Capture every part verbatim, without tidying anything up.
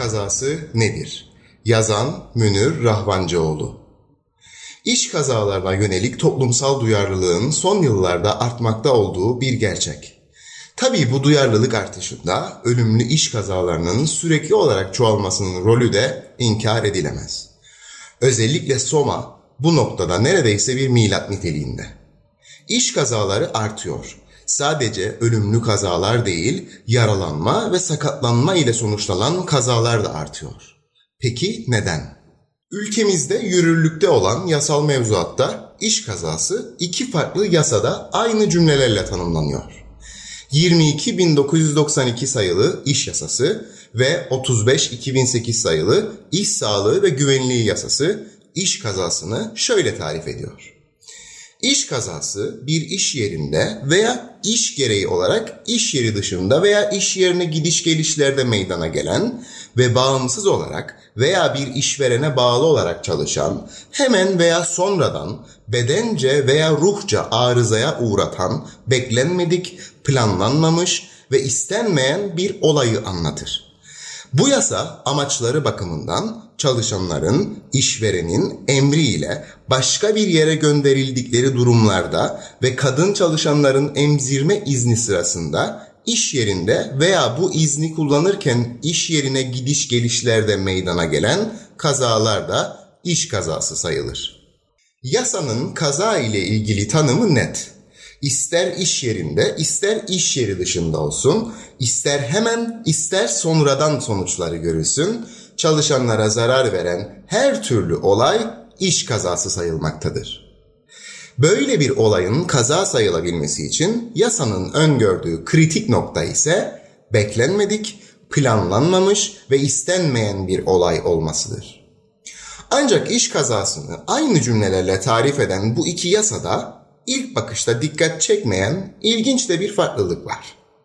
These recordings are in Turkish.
kazası nedir? Yazan Münir Rahvancıoğlu. İş kazalarına yönelik toplumsal duyarlılığın son yıllarda artmakta olduğu bir gerçek. Tabii bu duyarlılık artışında ölümlü iş kazalarının sürekli olarak çoğalmasının rolü de inkar edilemez. Özellikle Soma bu noktada neredeyse bir milat niteliğinde. İş kazaları artıyor. Sadece ölümlü kazalar değil, yaralanma ve sakatlanma ile sonuçlanan kazalar da artıyor. Peki neden? Ülkemizde yürürlükte olan yasal mevzuatta iş kazası iki farklı yasada aynı cümlelerle tanımlanıyor. yirmi iki bin dokuz yüz doksan iki sayılı İş Yasası ve otuz beş iki bin sekiz sayılı İş Sağlığı ve Güvenliği Yasası iş kazasını şöyle tarif ediyor. İş kazası bir iş yerinde veya iş gereği olarak iş yeri dışında veya iş yerine gidiş gelişlerde meydana gelen ve bağımsız olarak veya bir işverene bağlı olarak çalışan, hemen veya sonradan bedence veya ruhça arızaya uğratan, beklenmedik, planlanmamış ve istenmeyen bir olayı anlatır. Bu yasa amaçları bakımından çalışanların işverenin emriyle başka bir yere gönderildikleri durumlarda ve kadın çalışanların emzirme izni sırasında iş yerinde veya bu izni kullanırken iş yerine gidiş gelişlerde meydana gelen kazalar da iş kazası sayılır. Yasanın kaza ile ilgili tanımı net. İster iş yerinde, ister iş yeri dışında olsun, ister hemen, ister sonradan sonuçları görülsün, çalışanlara zarar veren her türlü olay iş kazası sayılmaktadır. Böyle bir olayın kaza sayılabilmesi için yasanın öngördüğü kritik nokta ise beklenmedik, planlanmamış ve istenmeyen bir olay olmasıdır. Ancak iş kazasını aynı cümlelerle tarif eden bu iki yasada ilk bakışta dikkat çekmeyen ilginç de bir farklılık var.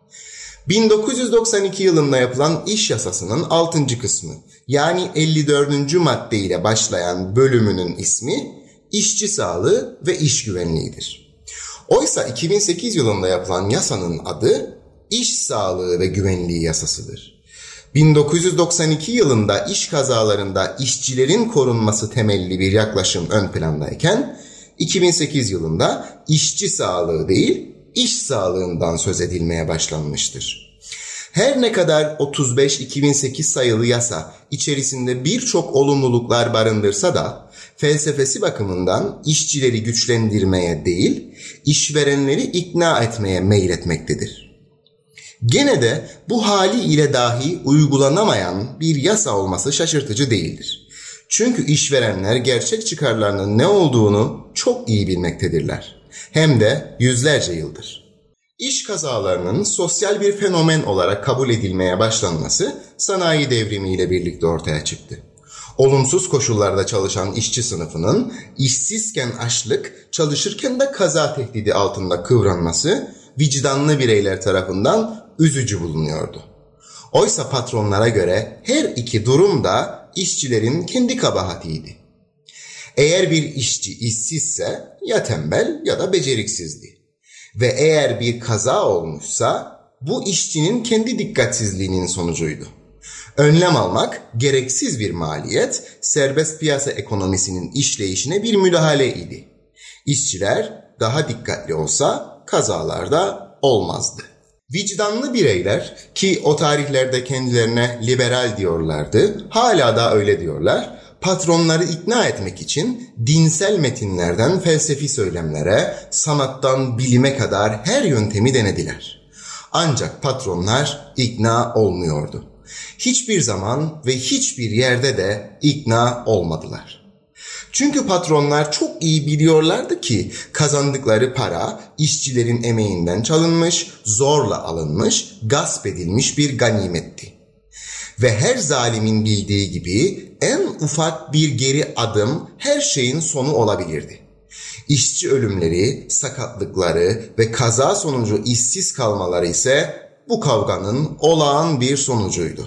bin dokuz yüz doksan iki yılında yapılan İş Yasası'nın altıncı kısmı yani elli dördüncü madde ile başlayan bölümünün ismi İşçi Sağlığı ve İş Güvenliği'dir. Oysa iki bin sekiz yılında yapılan yasanın adı İş Sağlığı ve Güvenliği Yasası'dır. bin dokuz yüz doksan iki yılında iş kazalarında işçilerin korunması temelli bir yaklaşım ön plandayken iki bin sekiz yılında işçi sağlığı değil, iş sağlığından söz edilmeye başlanmıştır. Her ne kadar otuz beş iki bin sekiz sayılı yasa içerisinde birçok olumluluklar barındırsa da felsefesi bakımından işçileri güçlendirmeye değil, işverenleri ikna etmeye meyletmektedir. Gene de bu haliyle dahi uygulanamayan bir yasa olması şaşırtıcı değildir. Çünkü işverenler gerçek çıkarlarının ne olduğunu çok iyi bilmektedirler. Hem de yüzlerce yıldır. İş kazalarının sosyal bir fenomen olarak kabul edilmeye başlanması sanayi devrimiyle birlikte ortaya çıktı. Olumsuz koşullarda çalışan işçi sınıfının işsizken açlık, çalışırken de kaza tehdidi altında kıvranması vicdanlı bireyler tarafından üzücü bulunuyordu. Oysa patronlara göre her iki durum da işçilerin kendi kabahatiydi. Eğer bir işçi işsizse ya tembel ya da beceriksizdi. Ve eğer bir kaza olmuşsa bu işçinin kendi dikkatsizliğinin sonucuydu. Önlem almak gereksiz bir maliyet, serbest piyasa ekonomisinin işleyişine bir müdahale idi. İşçiler daha dikkatli olsa kazalar da olmazdı. Vicdanlı bireyler ki o tarihlerde kendilerine liberal diyorlardı, hala da öyle diyorlar, patronları ikna etmek için dinsel metinlerden felsefi söylemlere, sanattan bilime kadar her yöntemi denediler. Ancak patronlar ikna olmuyordu. Hiçbir zaman ve hiçbir yerde de ikna olmadılar. Çünkü patronlar çok iyi biliyorlardı ki kazandıkları para işçilerin emeğinden çalınmış, zorla alınmış, gasp edilmiş bir ganimetti. Ve her zalimin bildiği gibi en ufak bir geri adım her şeyin sonu olabilirdi. İşçi ölümleri, sakatlıkları ve kaza sonucu işsiz kalmaları ise bu kavganın olağan bir sonucuydu.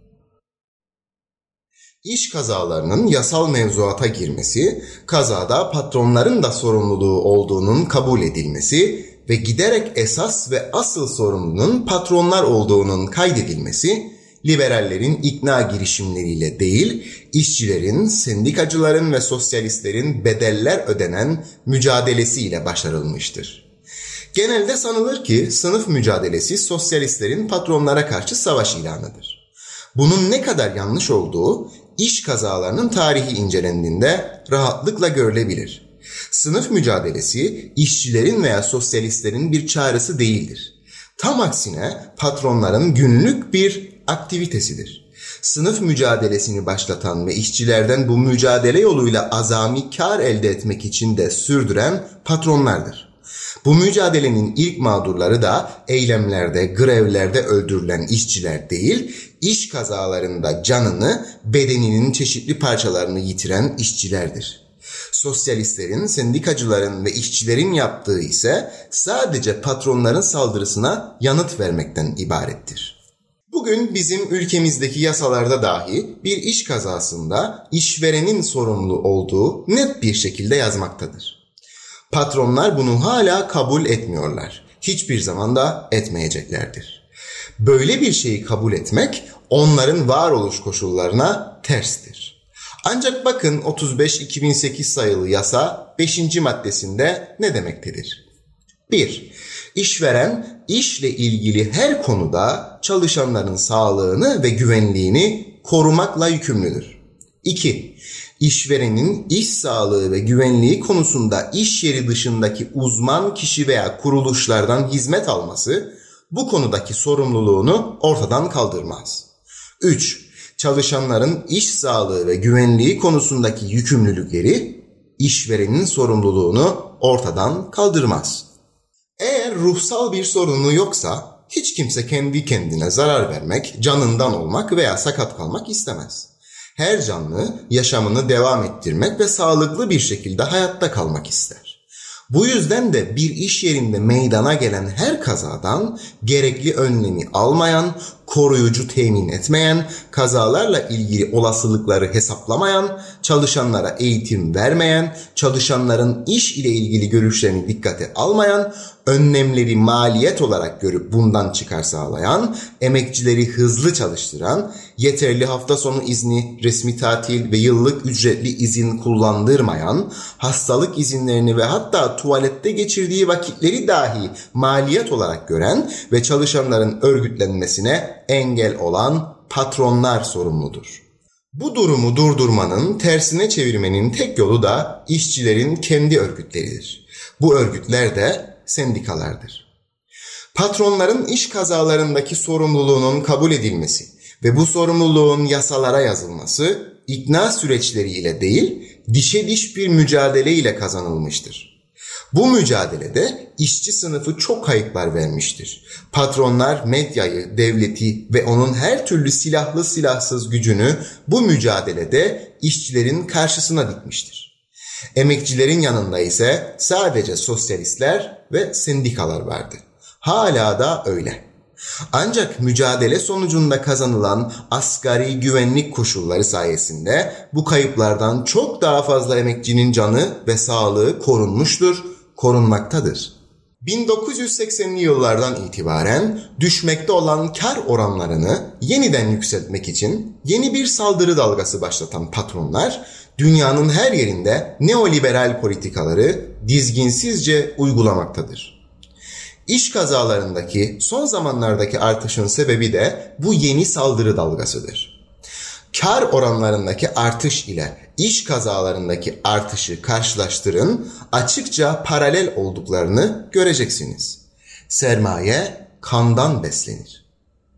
İş kazalarının yasal mevzuata girmesi, kazada patronların da sorumluluğu olduğunun kabul edilmesi ve giderek esas ve asıl sorumlunun patronlar olduğunun kaydedilmesi, liberallerin ikna girişimleriyle değil, işçilerin, sendikacıların ve sosyalistlerin bedeller ödenen mücadelesiyle başarılmıştır. Genelde sanılır ki sınıf mücadelesi sosyalistlerin patronlara karşı savaş ilanıdır. Bunun ne kadar yanlış olduğu iş kazalarının tarihi incelendiğinde rahatlıkla görülebilir. Sınıf mücadelesi işçilerin veya sosyalistlerin bir çağrısı değildir. Tam aksine patronların günlük bir aktivitesidir. Sınıf mücadelesini başlatan ve işçilerden bu mücadele yoluyla azami kar elde etmek için de sürdüren patronlardır. Bu mücadelenin ilk mağdurları da eylemlerde, grevlerde öldürülen işçiler değil, iş kazalarında canını, bedeninin çeşitli parçalarını yitiren işçilerdir. Sosyalistlerin, sendikacıların ve işçilerin yaptığı ise sadece patronların saldırısına yanıt vermekten ibarettir. Bugün bizim ülkemizdeki yasalarda dahi bir iş kazasında işverenin sorumlu olduğu net bir şekilde yazmaktadır. Patronlar bunu hala kabul etmiyorlar. Hiçbir zaman da etmeyeceklerdir. Böyle bir şeyi kabul etmek onların varoluş koşullarına terstir. Ancak bakın otuz beş iki bin sekiz sayılı yasa beşinci maddesinde ne demektedir? bir. İşveren işle ilgili her konuda çalışanların sağlığını ve güvenliğini korumakla yükümlüdür. iki. İşverenin iş sağlığı ve güvenliği konusunda iş yeri dışındaki uzman kişi veya kuruluşlardan hizmet alması bu konudaki sorumluluğunu ortadan kaldırmaz. üç. Çalışanların iş sağlığı ve güvenliği konusundaki yükümlülükleri işverenin sorumluluğunu ortadan kaldırmaz. Eğer ruhsal bir sorunu yoksa hiç kimse kendi kendine zarar vermek, canından olmak veya sakat kalmak istemez. Her canlı yaşamını devam ettirmek ve sağlıklı bir şekilde hayatta kalmak ister. Bu yüzden de bir iş yerinde meydana gelen her kazadan gerekli önlemi almayan, koruyucu temin etmeyen, kazalarla ilgili olasılıkları hesaplamayan, çalışanlara eğitim vermeyen, çalışanların iş ile ilgili görüşlerini dikkate almayan, önlemleri maliyet olarak görüp bundan çıkar sağlayan, emekçileri hızlı çalıştıran, yeterli hafta sonu izni, resmi tatil ve yıllık ücretli izin kullandırmayan, hastalık izinlerini ve hatta tuvalette geçirdiği vakitleri dahi maliyet olarak gören ve çalışanların örgütlenmesine engel olan patronlar sorumludur. Bu durumu durdurmanın, tersine çevirmenin tek yolu da işçilerin kendi örgütleridir. Bu örgütler de sendikalardır. Patronların iş kazalarındaki sorumluluğunun kabul edilmesi ve bu sorumluluğun yasalara yazılması ikna süreçleriyle değil, dişe diş bir mücadele ile kazanılmıştır. Bu mücadelede işçi sınıfı çok kayıplar vermiştir. Patronlar medyayı, devleti ve onun her türlü silahlı silahsız gücünü bu mücadelede işçilerin karşısına dikmiştir. Emekçilerin yanında ise sadece sosyalistler ve sendikalar vardı. Hala da öyle. Ancak mücadele sonucunda kazanılan asgari güvenlik koşulları sayesinde bu kayıplardan çok daha fazla emekçinin canı ve sağlığı korunmuştur, korunmaktadır. bin dokuz yüz seksenli yıllardan itibaren düşmekte olan kar oranlarını yeniden yükseltmek için yeni bir saldırı dalgası başlatan patronlar dünyanın her yerinde neoliberal politikaları dizginsizce uygulamaktadır. İş kazalarındaki son zamanlardaki artışın sebebi de bu yeni saldırı dalgasıdır. Kar oranlarındaki artış ile iş kazalarındaki artışı karşılaştırın, açıkça paralel olduklarını göreceksiniz. Sermaye kandan beslenir.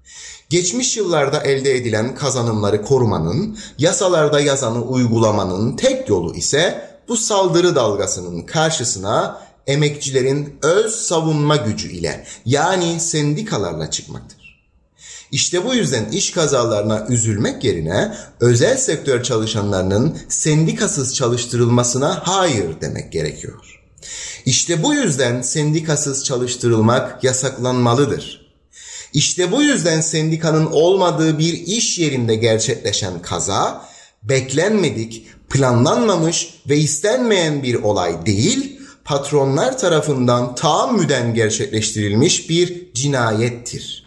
Geçmiş yıllarda elde edilen kazanımları korumanın, yasalarda yazanı uygulamanın tek yolu ise bu saldırı dalgasının karşısına emekçilerin öz savunma gücü ile, yani sendikalarla çıkmaktır. İşte bu yüzden iş kazalarına üzülmek yerine özel sektör çalışanlarının sendikasız çalıştırılmasına hayır demek gerekiyor. İşte bu yüzden sendikasız çalıştırılmak yasaklanmalıdır. İşte bu yüzden sendikanın olmadığı bir iş yerinde gerçekleşen kaza, beklenmedik, planlanmamış ve istenmeyen bir olay değil, patronlar tarafından taammüden gerçekleştirilmiş bir cinayettir.